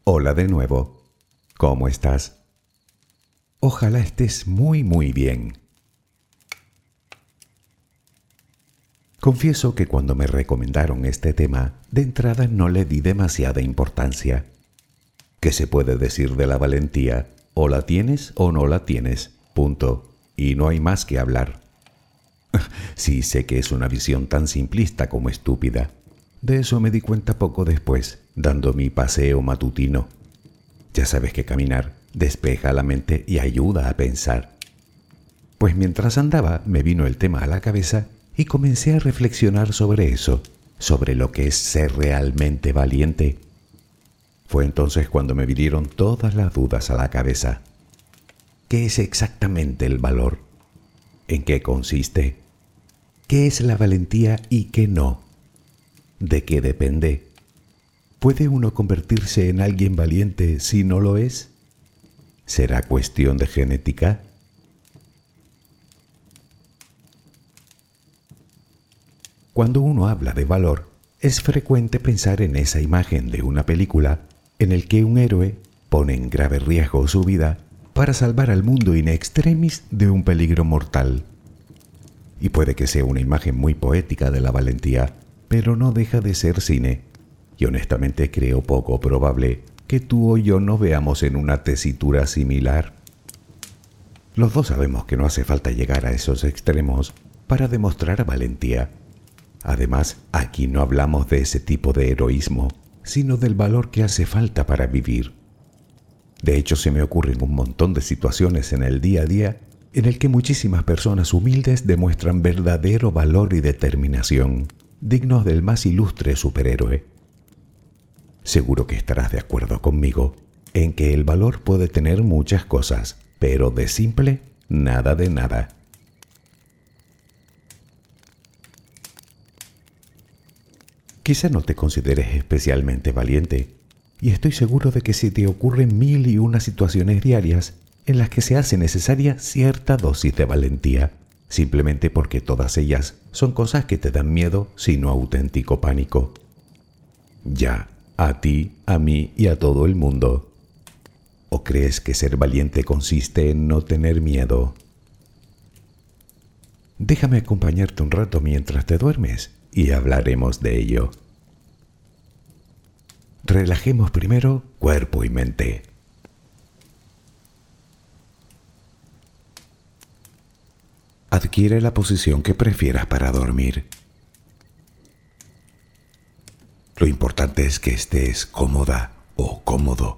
Hola de nuevo. ¿Cómo estás? Ojalá estés muy bien. Confieso que cuando me recomendaron este tema, de entrada no le di demasiada importancia. ¿Qué se puede decir de la valentía? O la tienes o no la tienes. Punto. Y no hay más que hablar. Sí, sé que es una visión tan simplista como estúpida. De eso me di cuenta poco después, dando mi paseo matutino. Ya sabes que caminar despeja la mente y ayuda a pensar. Pues mientras andaba me vino el tema a la cabeza y comencé a reflexionar sobre eso, sobre lo que es ser realmente valiente. Fue entonces cuando me vinieron todas las dudas a la cabeza. ¿Qué es exactamente el valor? ¿En qué consiste? ¿Qué es la valentía y qué no? ¿De qué depende? ¿Puede uno convertirse en alguien valiente si no lo es? ¿Será cuestión de genética? Cuando uno habla de valor, es frecuente pensar en esa imagen de una película en el que un héroe pone en grave riesgo su vida para salvar al mundo in extremis de un peligro mortal. Y puede que sea una imagen muy poética de la valentía, pero no deja de ser cine. Y honestamente creo poco probable que tú o yo nos veamos en una tesitura similar. Los dos sabemos que no hace falta llegar a esos extremos para demostrar valentía. Además, aquí no hablamos de ese tipo de heroísmo, sino del valor que hace falta para vivir. De hecho, se me ocurren un montón de situaciones en el día a día en el que muchísimas personas humildes demuestran verdadero valor y determinación, dignos del más ilustre superhéroe. Seguro que estarás de acuerdo conmigo en que el valor puede tener muchas cosas, pero de simple, nada de nada. Quizá no te consideres especialmente valiente, y estoy seguro de que se te ocurren 1001 situaciones diarias en las que se hace necesaria cierta dosis de valentía, simplemente porque todas ellas son cosas que te dan miedo, sino auténtico pánico. Ya, a ti, a mí y a todo el mundo. ¿O crees que ser valiente consiste en no tener miedo? Déjame acompañarte un rato mientras te duermes y hablaremos de ello. Relajemos primero cuerpo y mente. Adquiere la posición que prefieras para dormir. Lo importante es que estés cómoda o cómodo.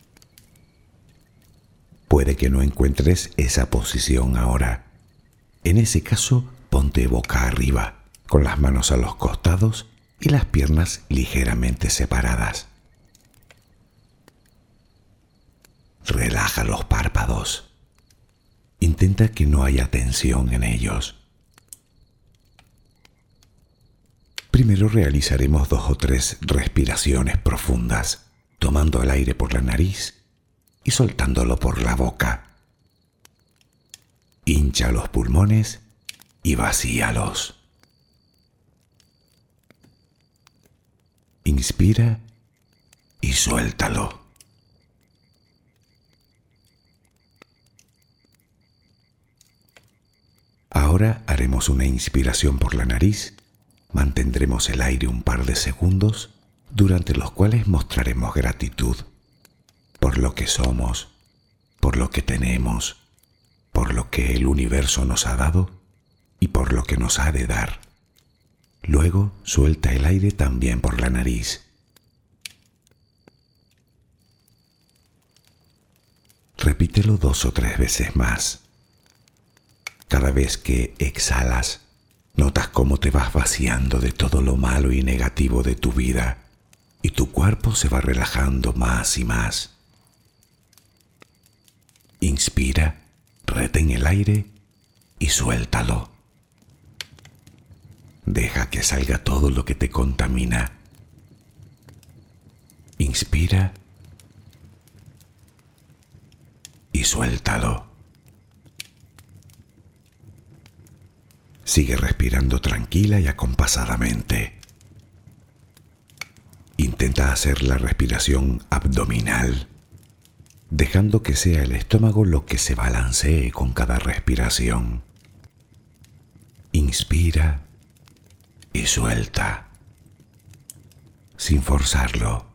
Puede que no encuentres esa posición ahora. En ese caso, ponte boca arriba, con las manos a los costados y las piernas ligeramente separadas. Relaja los párpados. Intenta que no haya tensión en ellos. Primero realizaremos 2 o 3 respiraciones profundas, tomando el aire por la nariz y soltándolo por la boca. Hincha los pulmones y vacíalos. Inspira y suéltalo. Ahora haremos una inspiración por la nariz. Mantendremos el aire un par de segundos, durante los cuales mostraremos gratitud por lo que somos, por lo que tenemos, por lo que el universo nos ha dado y por lo que nos ha de dar. Luego suelta el aire también por la nariz. Repítelo 2 o 3 veces más. Cada vez que exhalas, notas cómo te vas vaciando de todo lo malo y negativo de tu vida y tu cuerpo se va relajando más y más. Inspira, retén el aire y suéltalo. Deja que salga todo lo que te contamina. Inspira y suéltalo. Sigue respirando tranquila y acompasadamente. Intenta hacer la respiración abdominal, dejando que sea el estómago lo que se balancee con cada respiración. Inspira y suelta, sin forzarlo.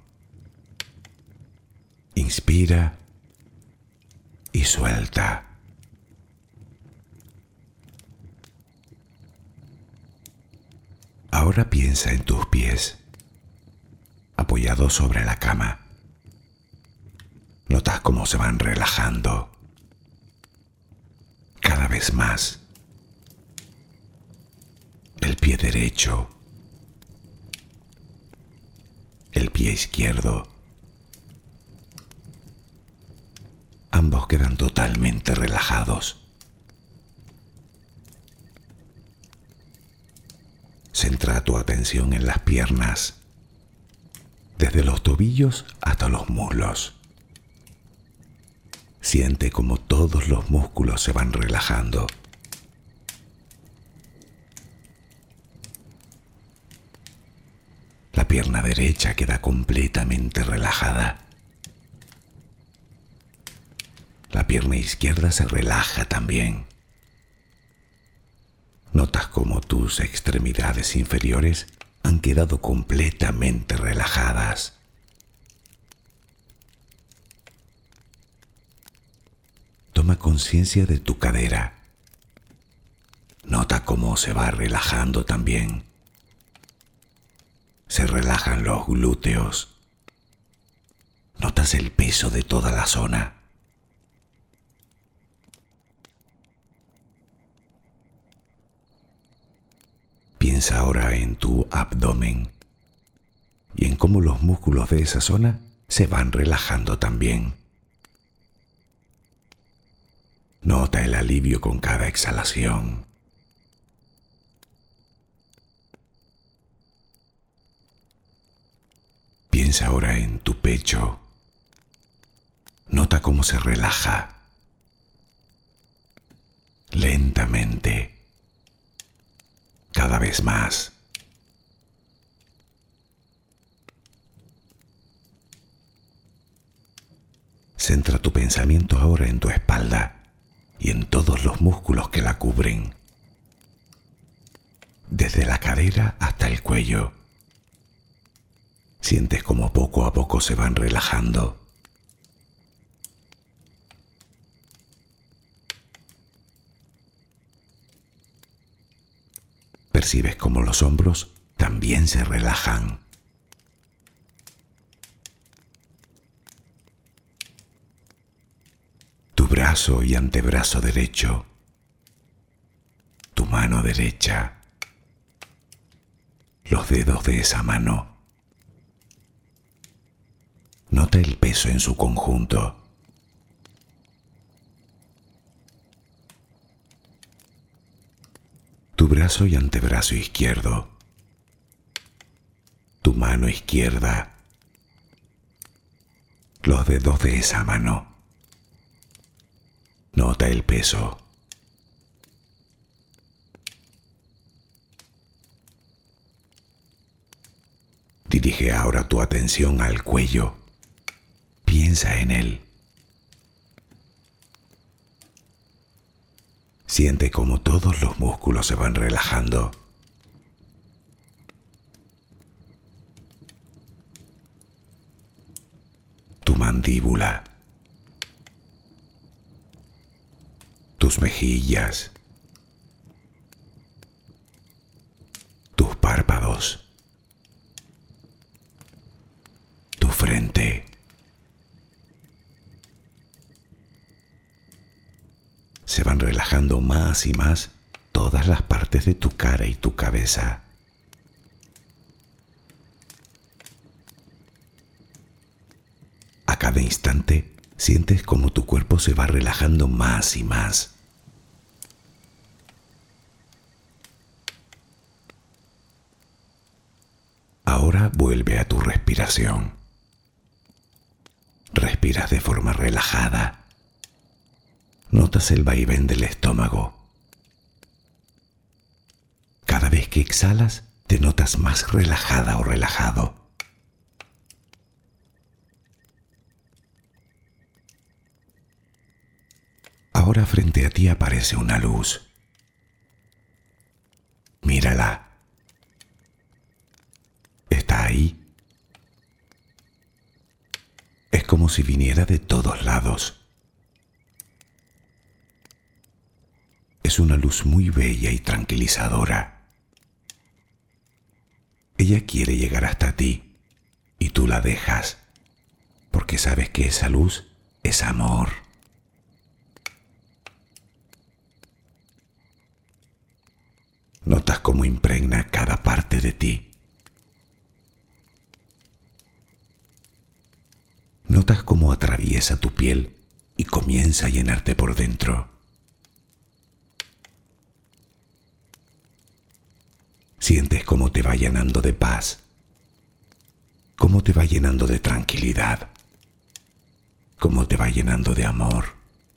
Inspira y suelta. Ahora piensa en tus pies, apoyados sobre la cama. Notas cómo se van relajando cada vez más. El pie derecho, el pie izquierdo. Ambos quedan totalmente relajados. Centra tu atención en las piernas, desde los tobillos hasta los muslos. Siente como todos los músculos se van relajando. La pierna derecha queda completamente relajada. La pierna izquierda se relaja también. Notas como tus extremidades inferiores han quedado completamente relajadas. Toma conciencia de tu cadera. Nota cómo se va relajando también. Se relajan los glúteos. Notas el peso de toda la zona. Piensa ahora en tu abdomen y en cómo los músculos de esa zona se van relajando también. Nota el alivio con cada exhalación. Piensa ahora en tu pecho. Nota cómo se relaja lentamente. Cada vez más. Centra tu pensamiento ahora en tu espalda y en todos los músculos que la cubren, desde la cadera hasta el cuello. Sientes como poco a poco se van relajando. Percibes como los hombros también se relajan. Tu brazo y antebrazo derecho, tu mano derecha, los dedos de esa mano. Nota el peso en su conjunto. Tu brazo y antebrazo izquierdo, tu mano izquierda, los dedos de esa mano. Nota el peso. Dirige ahora tu atención al cuello. Piensa en él. Siente como todos los músculos se van relajando. Tu mandíbula, tus mejillas, tus párpados, tu frente. Se van relajando más y más todas las partes de tu cara y tu cabeza. A cada instante sientes como tu cuerpo se va relajando más y más. Ahora vuelve a tu respiración. Respiras de forma relajada. Notas el vaivén del estómago. Cada vez que exhalas, te notas más relajada o relajado. Ahora frente a ti aparece una luz. Mírala. Está ahí. Es como si viniera de todos lados. Es una luz muy bella y tranquilizadora. Ella quiere llegar hasta ti y tú la dejas, porque sabes que esa luz es amor. Notas cómo impregna cada parte de ti. Notas cómo atraviesa tu piel y comienza a llenarte por dentro. Sientes cómo te va llenando de paz, cómo te va llenando de tranquilidad, cómo te va llenando de amor.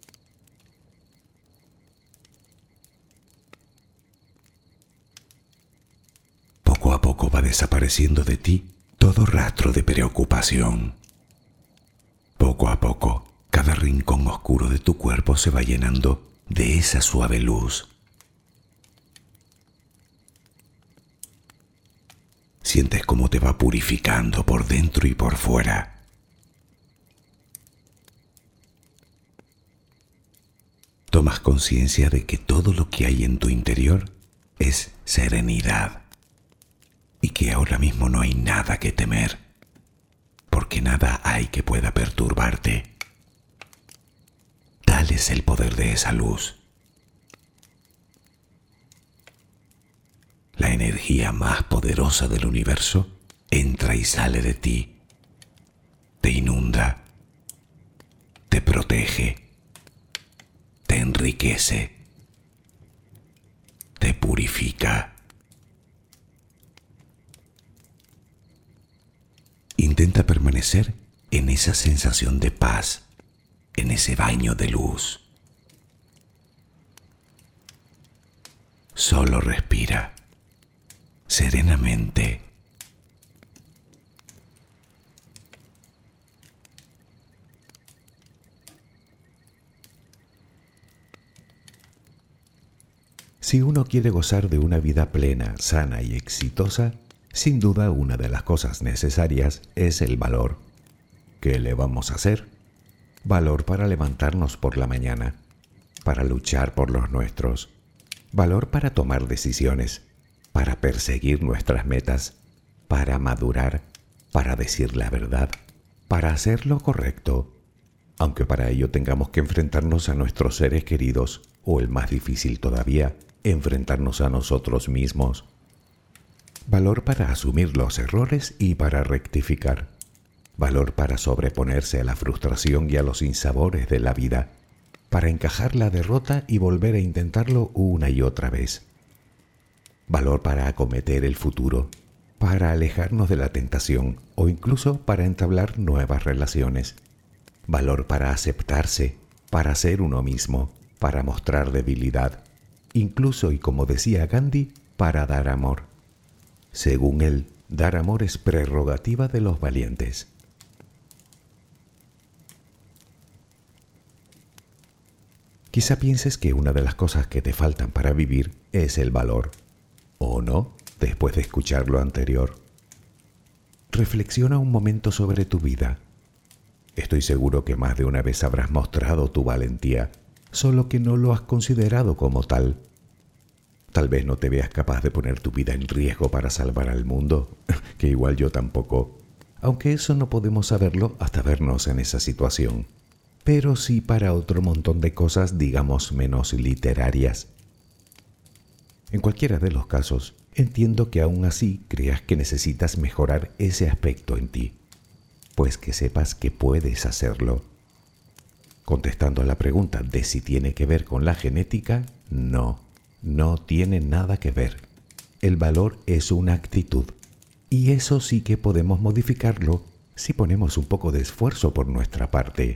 Poco a poco va desapareciendo de ti todo rastro de preocupación. Poco a poco, cada rincón oscuro de tu cuerpo se va llenando de esa suave luz. Sientes cómo te va purificando por dentro y por fuera. Tomas conciencia de que todo lo que hay en tu interior es serenidad y que ahora mismo no hay nada que temer, porque nada hay que pueda perturbarte. Tal es el poder de esa luz. La energía más poderosa del universo entra y sale de ti, te inunda, te protege, te enriquece, te purifica. Intenta permanecer en esa sensación de paz, en ese baño de luz. Solo respira serenamente. Si uno quiere gozar de una vida plena, sana y exitosa, sin duda una de las cosas necesarias es el valor. ¿Qué le vamos a hacer? Valor para levantarnos por la mañana, para luchar por los nuestros, valor para tomar decisiones, para perseguir nuestras metas, para madurar, para decir la verdad, para hacer lo correcto, aunque para ello tengamos que enfrentarnos a nuestros seres queridos o, el más difícil todavía, enfrentarnos a nosotros mismos. Valor para asumir los errores y para rectificar. Valor para sobreponerse a la frustración y a los sinsabores de la vida, para encajar la derrota y volver a intentarlo una y otra vez. Valor para acometer el futuro, para alejarnos de la tentación o incluso para entablar nuevas relaciones. Valor para aceptarse, para ser uno mismo, para mostrar debilidad, incluso, y como decía Gandhi, para dar amor. Según él, dar amor es prerrogativa de los valientes. Quizá pienses que una de las cosas que te faltan para vivir es el valor. ¿O no? Después de escuchar lo anterior. Reflexiona un momento sobre tu vida. Estoy seguro que más de una vez habrás mostrado tu valentía, solo que no lo has considerado como tal. Tal vez no te veas capaz de poner tu vida en riesgo para salvar al mundo, que igual yo tampoco, aunque eso no podemos saberlo hasta vernos en esa situación. Pero sí para otro montón de cosas, digamos, menos literarias. En cualquiera de los casos, entiendo que aún así creas que necesitas mejorar ese aspecto en ti, pues que sepas que puedes hacerlo. Contestando a la pregunta de si tiene que ver con la genética, no tiene nada que ver. El valor es una actitud, y eso sí que podemos modificarlo si ponemos un poco de esfuerzo por nuestra parte.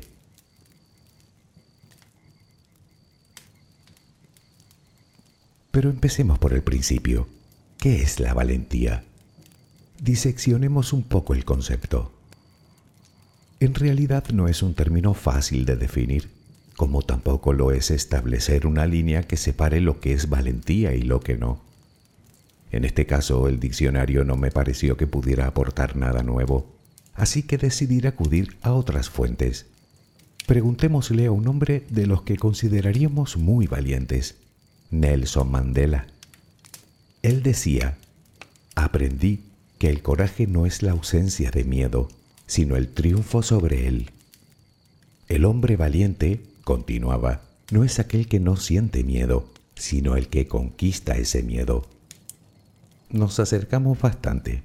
Pero empecemos por el principio. ¿Qué es la valentía? Diseccionemos un poco el concepto. En realidad no es un término fácil de definir, como tampoco lo es establecer una línea que separe lo que es valentía y lo que no. En este caso, el diccionario no me pareció que pudiera aportar nada nuevo, así que decidí acudir a otras fuentes. Preguntémosle a un hombre de los que consideraríamos muy valientes, Nelson Mandela. Él decía: aprendí que el coraje no es la ausencia de miedo, sino el triunfo sobre él. El hombre valiente, continuaba, no es aquel que no siente miedo, sino el que conquista ese miedo. Nos acercamos bastante.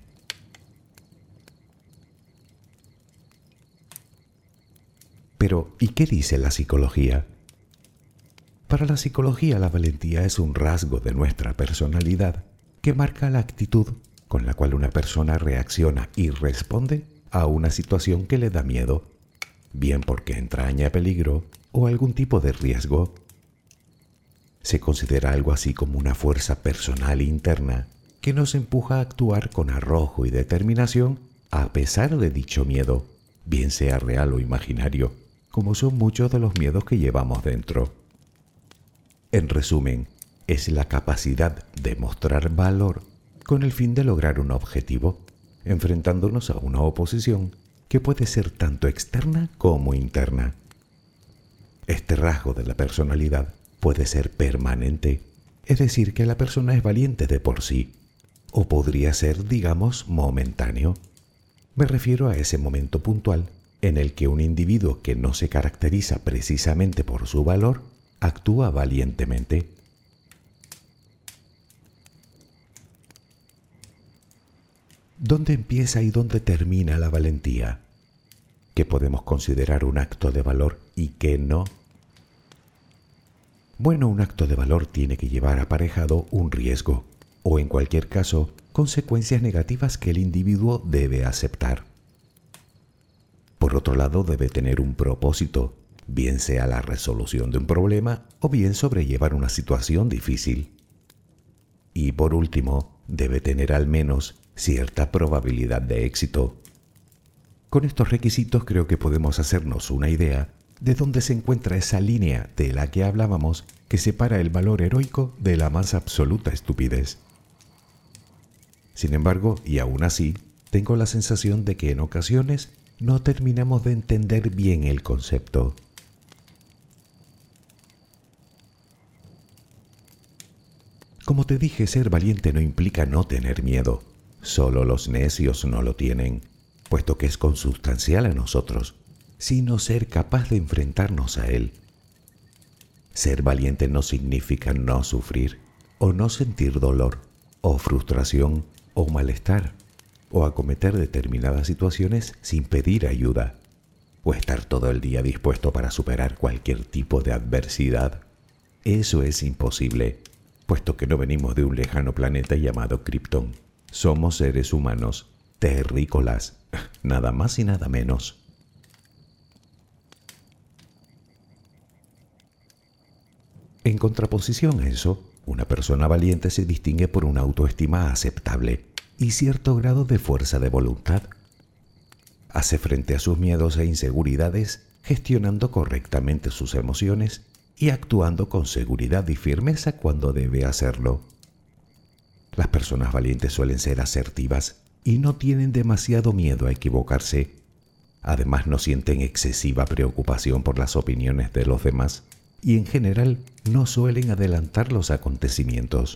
Pero, ¿y qué dice la psicología? Para la psicología, la valentía es un rasgo de nuestra personalidad que marca la actitud con la cual una persona reacciona y responde a una situación que le da miedo, bien porque entraña peligro o algún tipo de riesgo. Se considera algo así como una fuerza personal interna que nos empuja a actuar con arrojo y determinación a pesar de dicho miedo, bien sea real o imaginario, como son muchos de los miedos que llevamos dentro. En resumen, es la capacidad de mostrar valor con el fin de lograr un objetivo, enfrentándonos a una oposición que puede ser tanto externa como interna. Este rasgo de la personalidad puede ser permanente, es decir, que la persona es valiente de por sí, o podría ser, digamos, momentáneo. Me refiero a ese momento puntual en el que un individuo que no se caracteriza precisamente por su valor actúa valientemente. ¿Dónde empieza y dónde termina la valentía? ¿Qué podemos considerar un acto de valor y qué no? Bueno, un acto de valor tiene que llevar aparejado un riesgo, o en cualquier caso, consecuencias negativas que el individuo debe aceptar. Por otro lado, debe tener un propósito, bien sea la resolución de un problema o bien sobrellevar una situación difícil. Y por último, debe tener al menos cierta probabilidad de éxito. Con estos requisitos creo que podemos hacernos una idea de dónde se encuentra esa línea de la que hablábamos que separa el valor heroico de la más absoluta estupidez. Sin embargo, y aún así, tengo la sensación de que en ocasiones no terminamos de entender bien el concepto. Como te dije, ser valiente no implica no tener miedo. Solo los necios no lo tienen, puesto que es consustancial a nosotros, sino ser capaz de enfrentarnos a él. Ser valiente no significa no sufrir, o no sentir dolor, o frustración, o malestar, o acometer determinadas situaciones sin pedir ayuda, o estar todo el día dispuesto para superar cualquier tipo de adversidad. Eso es imposible, puesto que no venimos de un lejano planeta llamado Krypton. Somos seres humanos, terrícolas, nada más y nada menos. En contraposición a eso, una persona valiente se distingue por una autoestima aceptable y cierto grado de fuerza de voluntad. Hace frente a sus miedos e inseguridades, gestionando correctamente sus emociones y actuando con seguridad y firmeza cuando debe hacerlo. Las personas valientes suelen ser asertivas y no tienen demasiado miedo a equivocarse. Además, no sienten excesiva preocupación por las opiniones de los demás y en general no suelen adelantar los acontecimientos.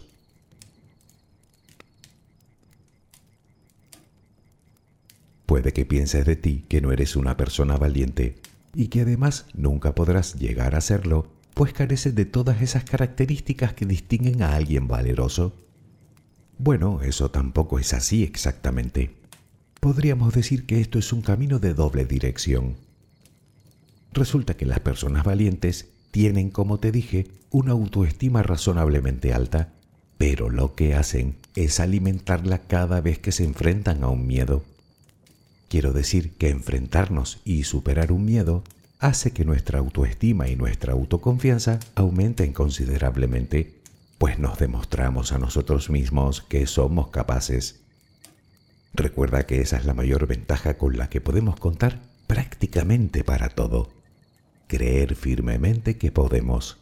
Puede que pienses de ti que no eres una persona valiente y que además nunca podrás llegar a serlo, pues careces de todas esas características que distinguen a alguien valeroso. Bueno, eso tampoco es así exactamente. Podríamos decir que esto es un camino de doble dirección. Resulta que las personas valientes tienen, como te dije, una autoestima razonablemente alta, pero lo que hacen es alimentarla cada vez que se enfrentan a un miedo. Quiero decir que enfrentarnos y superar un miedo hace que nuestra autoestima y nuestra autoconfianza aumenten considerablemente, pues nos demostramos a nosotros mismos que somos capaces. Recuerda que esa es la mayor ventaja con la que podemos contar prácticamente para todo. creer firmemente que podemos.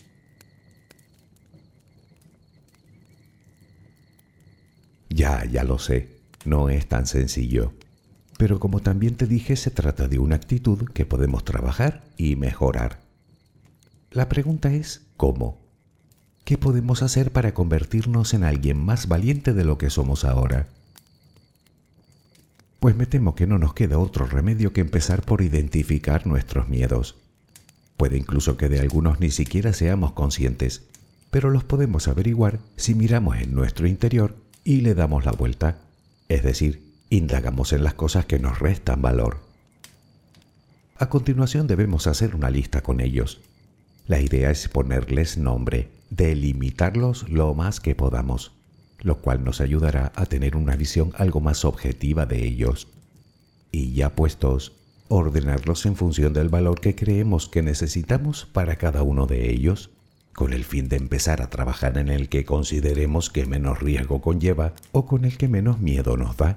Ya lo sé, no es tan sencillo. Pero como también te dije, se trata de una actitud que podemos trabajar y mejorar. La pregunta es, ¿cómo? ¿Qué podemos hacer para convertirnos en alguien más valiente de lo que somos ahora? Pues me temo que no nos queda otro remedio que empezar por identificar nuestros miedos. Puede incluso que de algunos ni siquiera seamos conscientes, pero los podemos averiguar si miramos en nuestro interior y le damos la vuelta, es decir, indagamos en las cosas que nos restan valor. A continuación debemos hacer una lista con ellos. La idea es ponerles nombre, delimitarlos lo más que podamos, lo cual nos ayudará a tener una visión algo más objetiva de ellos. Y ya puestos, ordenarlos en función del valor que creemos que necesitamos para cada uno de ellos, con el fin de empezar a trabajar en el que consideremos que menos riesgo conlleva o con el que menos miedo nos da.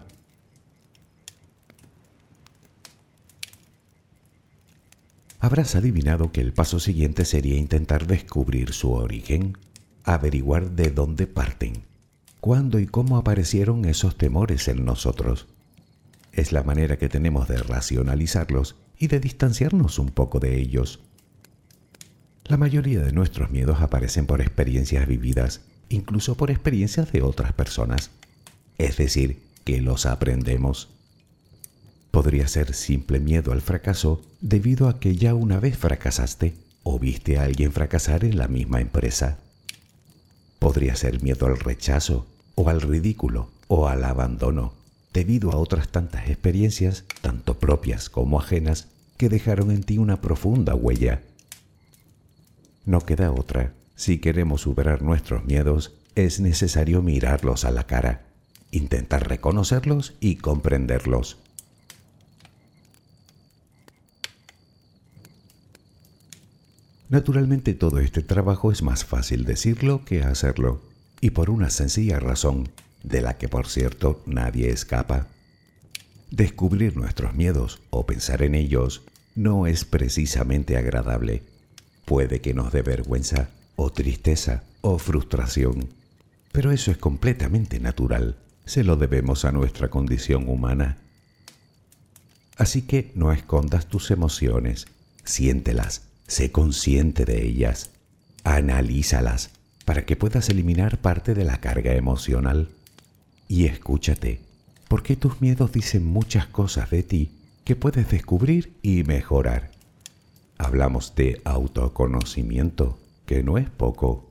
Habrás adivinado que el paso siguiente sería intentar descubrir su origen, averiguar de dónde parten, cuándo y cómo aparecieron esos temores en nosotros. Es la manera que tenemos de racionalizarlos y de distanciarnos un poco de ellos. La mayoría de nuestros miedos aparecen por experiencias vividas, incluso por experiencias de otras personas. Es decir, que los aprendemos. Podría ser simple miedo al fracaso debido a que ya una vez fracasaste o viste a alguien fracasar en la misma empresa. Podría ser miedo al rechazo o al ridículo o al abandono debido a otras tantas experiencias, tanto propias como ajenas, que dejaron en ti una profunda huella. No queda otra. Si queremos superar nuestros miedos, es necesario mirarlos a la cara, intentar reconocerlos y comprenderlos. Naturalmente todo este trabajo es más fácil decirlo que hacerlo, y por una sencilla razón, de la que por cierto nadie escapa. Descubrir nuestros miedos o pensar en ellos no es precisamente agradable. Puede que nos dé vergüenza, o tristeza, o frustración, pero eso es completamente natural, se lo debemos a nuestra condición humana. Así que no escondas tus emociones, siéntelas. Sé consciente de ellas, analízalas para que puedas eliminar parte de la carga emocional. Y escúchate, porque tus miedos dicen muchas cosas de ti que puedes descubrir y mejorar. Hablamos de autoconocimiento, que no es poco.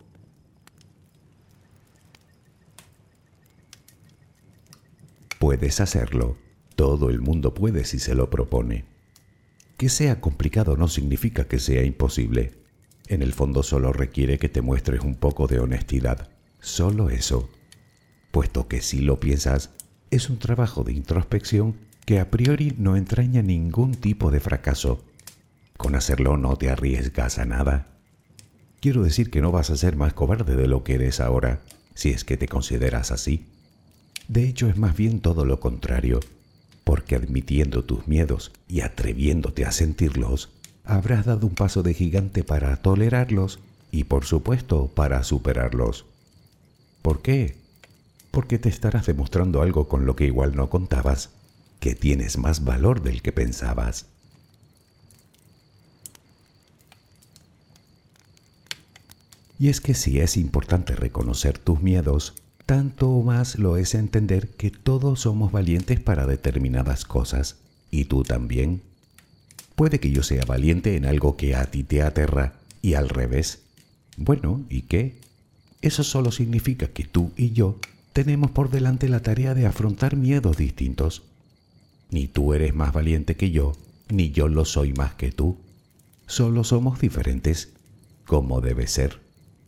Puedes hacerlo, todo el mundo puede si se lo propone. Que sea complicado no significa que sea imposible. En el fondo solo requiere que te muestres un poco de honestidad. Solo eso. Puesto que si lo piensas, es un trabajo de introspección que a priori no entraña ningún tipo de fracaso. Con hacerlo no te arriesgas a nada. Quiero decir que no vas a ser más cobarde de lo que eres ahora, si es que te consideras así. De hecho, es más bien todo lo contrario. Porque admitiendo tus miedos y atreviéndote a sentirlos, habrás dado un paso de gigante para tolerarlos y, por supuesto, para superarlos. ¿Por qué? Porque te estarás demostrando algo con lo que igual no contabas, que tienes más valor del que pensabas. Y es que si es importante reconocer tus miedos, tanto más lo es entender que todos somos valientes para determinadas cosas, y tú también. Puede que yo sea valiente en algo que a ti te aterra, y al revés. Bueno, ¿y qué? Eso solo significa que tú y yo tenemos por delante la tarea de afrontar miedos distintos. Ni tú eres más valiente que yo, ni yo lo soy más que tú. Solo somos diferentes, como debe ser.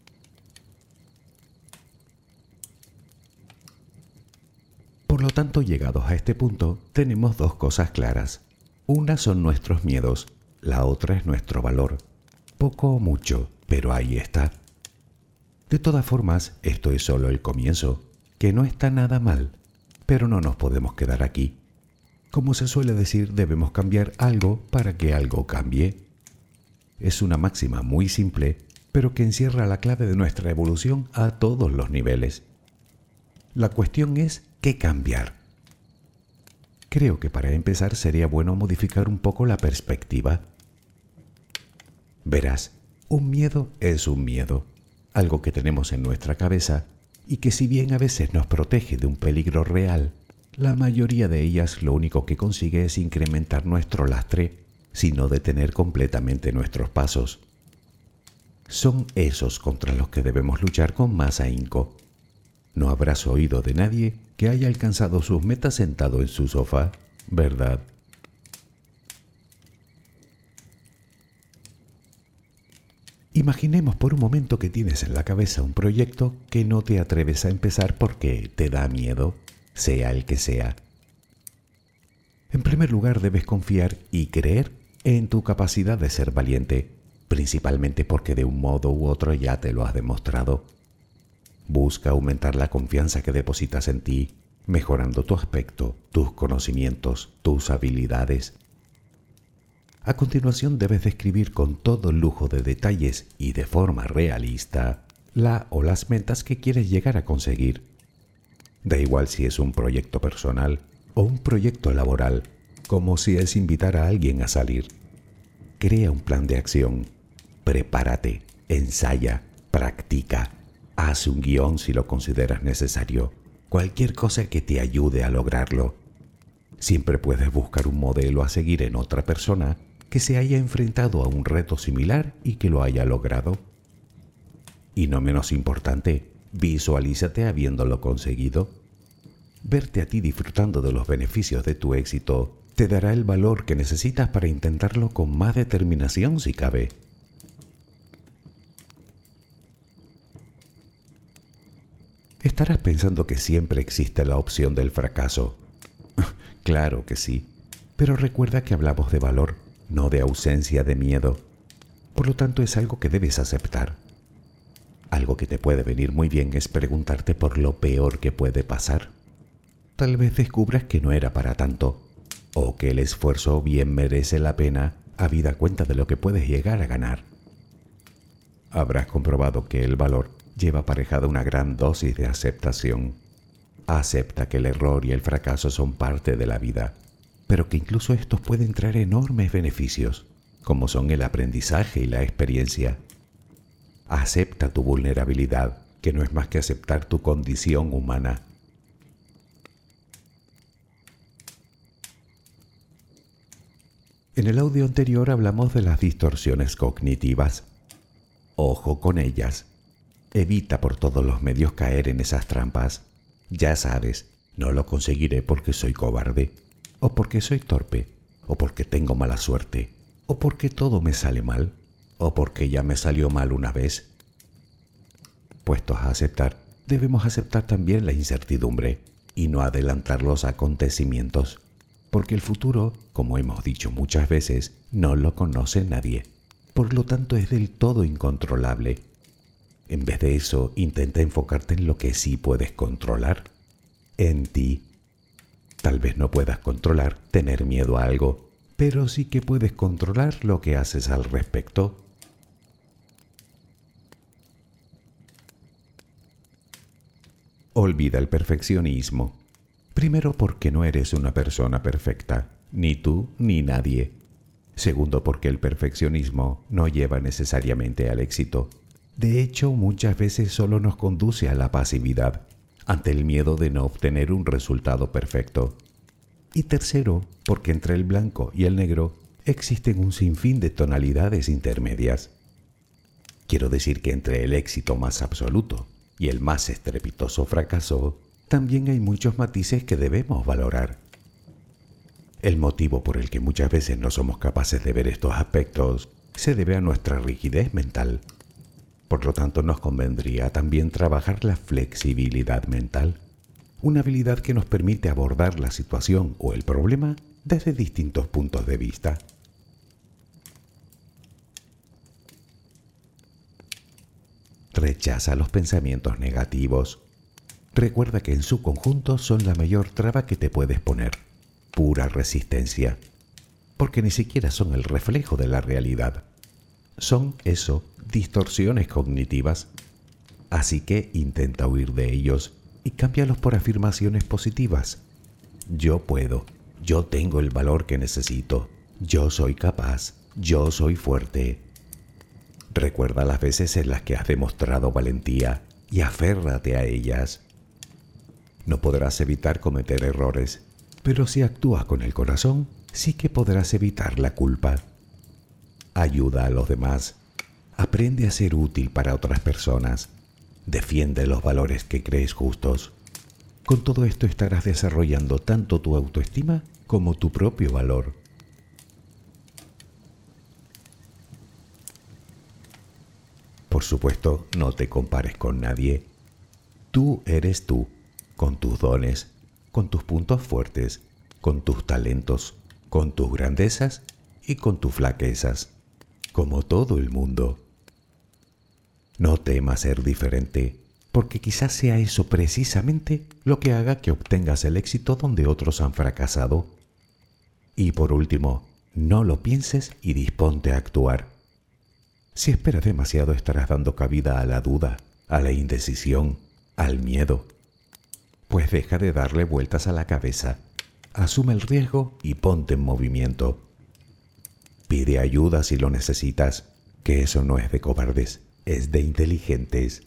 Por lo tanto, llegados a este punto, tenemos dos cosas claras. Una son nuestros miedos, la otra es nuestro valor. Poco o mucho, pero ahí está. De todas formas, esto es solo el comienzo, que no está nada mal, pero no nos podemos quedar aquí. Como se suele decir, debemos cambiar algo para que algo cambie. es una máxima muy simple, pero que encierra la clave de nuestra evolución a todos los niveles. La cuestión es ¿qué cambiar? Creo que para empezar sería bueno modificar un poco la perspectiva. Verás, un miedo es un miedo, algo que tenemos en nuestra cabeza y que si bien a veces nos protege de un peligro real, la mayoría de ellas lo único que consigue es incrementar nuestro lastre, sino detener completamente nuestros pasos. Son esos contra los que debemos luchar con más ahínco. No habrás oído de nadie que haya alcanzado sus metas sentado en su sofá, ¿verdad? Imaginemos por un momento que tienes en la cabeza un proyecto que no te atreves a empezar porque te da miedo, sea el que sea. En primer lugar, debes confiar y creer en tu capacidad de ser valiente, principalmente porque de un modo u otro ya te lo has demostrado. Busca aumentar la confianza que depositas en ti, mejorando tu aspecto, tus conocimientos, tus habilidades. A continuación debes describir con todo lujo de detalles y de forma realista la o las metas que quieres llegar a conseguir. Da igual si es un proyecto personal o un proyecto laboral, como si es invitar a alguien a salir. Crea un plan de acción, prepárate, ensaya, practica, haz un guión si lo consideras necesario, cualquier cosa que te ayude a lograrlo. Siempre puedes buscar un modelo a seguir en otra persona que se haya enfrentado a un reto similar y que lo haya logrado. Y no menos importante, visualízate habiéndolo conseguido. Verte a ti disfrutando de los beneficios de tu éxito te dará el valor que necesitas para intentarlo con más determinación si cabe. Estarás pensando que siempre existe la opción del fracaso. Claro que sí, pero recuerda que hablamos de valor, no de ausencia de miedo. Por lo tanto, es algo que debes aceptar. Algo que te puede venir muy bien es preguntarte por lo peor que puede pasar. Tal vez descubras que no era para tanto, o que el esfuerzo bien merece la pena, habida cuenta de lo que puedes llegar a ganar. Habrás comprobado que el valor lleva aparejada una gran dosis de aceptación. Acepta que el error y el fracaso son parte de la vida, pero que incluso estos pueden traer enormes beneficios, como son el aprendizaje y la experiencia. Acepta tu vulnerabilidad, que no es más que aceptar tu condición humana. En el audio anterior hablamos de las distorsiones cognitivas. Ojo con ellas. Evita por todos los medios caer en esas trampas. Ya sabes, no lo conseguiré porque soy cobarde, o porque soy torpe, o porque tengo mala suerte, o porque todo me sale mal, o porque ya me salió mal una vez. Puestos a aceptar, debemos aceptar también la incertidumbre y no adelantar los acontecimientos, porque el futuro, como hemos dicho muchas veces, no lo conoce nadie. Por lo tanto, es del todo incontrolable. En vez de eso, intenta enfocarte en lo que sí puedes controlar, en ti. Tal vez no puedas controlar tener miedo a algo, pero sí que puedes controlar lo que haces al respecto. Olvida el perfeccionismo. Primero, porque no eres una persona perfecta, ni tú ni nadie. Segundo, porque el perfeccionismo no lleva necesariamente al éxito. De hecho, muchas veces solo nos conduce a la pasividad, ante el miedo de no obtener un resultado perfecto. Y tercero, porque entre el blanco y el negro existen un sinfín de tonalidades intermedias. Quiero decir que entre el éxito más absoluto y el más estrepitoso fracaso, también hay muchos matices que debemos valorar. El motivo por el que muchas veces no somos capaces de ver estos aspectos se debe a nuestra rigidez mental. Por lo tanto, nos convendría también trabajar la flexibilidad mental, una habilidad que nos permite abordar la situación o el problema desde distintos puntos de vista. Rechaza los pensamientos negativos. Recuerda que en su conjunto son la mayor traba que te puedes poner, pura resistencia, porque ni siquiera son el reflejo de la realidad. son eso, distorsiones cognitivas. Así que intenta huir de ellos y cámbialos por afirmaciones positivas. Yo puedo, yo tengo el valor que necesito, yo soy capaz, yo soy fuerte. Recuerda las veces en las que has demostrado valentía y aférrate a ellas. No podrás evitar cometer errores, pero si actúas con el corazón, sí que podrás evitar la culpa. Ayuda a los demás. Aprende a ser útil para otras personas. Defiende los valores que crees justos. Con todo esto estarás desarrollando tanto tu autoestima como tu propio valor. Por supuesto, no te compares con nadie. Tú eres tú, con tus dones, con tus puntos fuertes, con tus talentos, con tus grandezas y con tus flaquezas, como todo el mundo. No temas ser diferente, porque quizás sea eso precisamente lo que haga que obtengas el éxito donde otros han fracasado. Y por último, no lo pienses y disponte a actuar. Si esperas demasiado estarás dando cabida a la duda, a la indecisión, al miedo. Pues deja de darle vueltas a la cabeza, asume el riesgo y ponte en movimiento. Pide ayuda si lo necesitas, que eso no es de cobardes, es de inteligentes.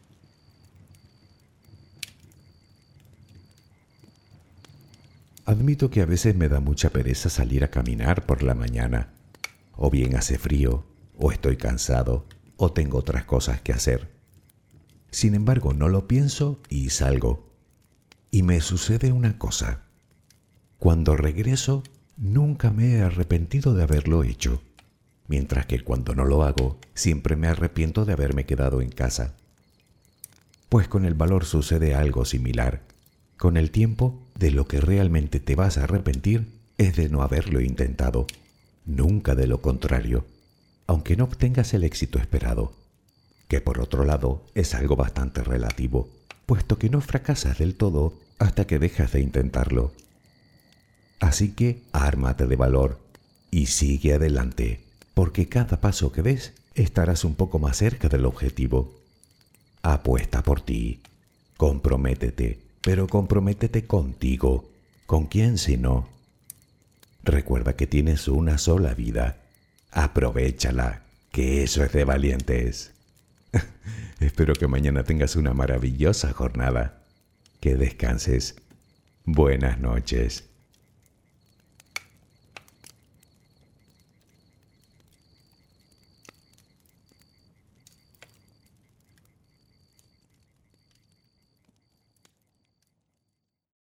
Admito que a veces me da mucha pereza salir a caminar por la mañana. O bien hace frío, o estoy cansado, o tengo otras cosas que hacer. Sin embargo, no lo pienso y salgo. Y me sucede una cosa. Cuando regreso, nunca me he arrepentido de haberlo hecho, mientras que cuando no lo hago, siempre me arrepiento de haberme quedado en casa. Pues con el valor sucede algo similar. Con el tiempo, de lo que realmente te vas a arrepentir es de no haberlo intentado, nunca de lo contrario, aunque no obtengas el éxito esperado, que por otro lado es algo bastante relativo, puesto que no fracasas del todo hasta que dejas de intentarlo. Así que ármate de valor y sigue adelante, porque cada paso que des estarás un poco más cerca del objetivo. Apuesta por ti, comprométete, pero comprométete contigo. ¿Con quién si no? Recuerda que tienes una sola vida. Aprovéchala, que eso es de valientes. Espero que mañana tengas una maravillosa jornada. Que descanses. Buenas noches.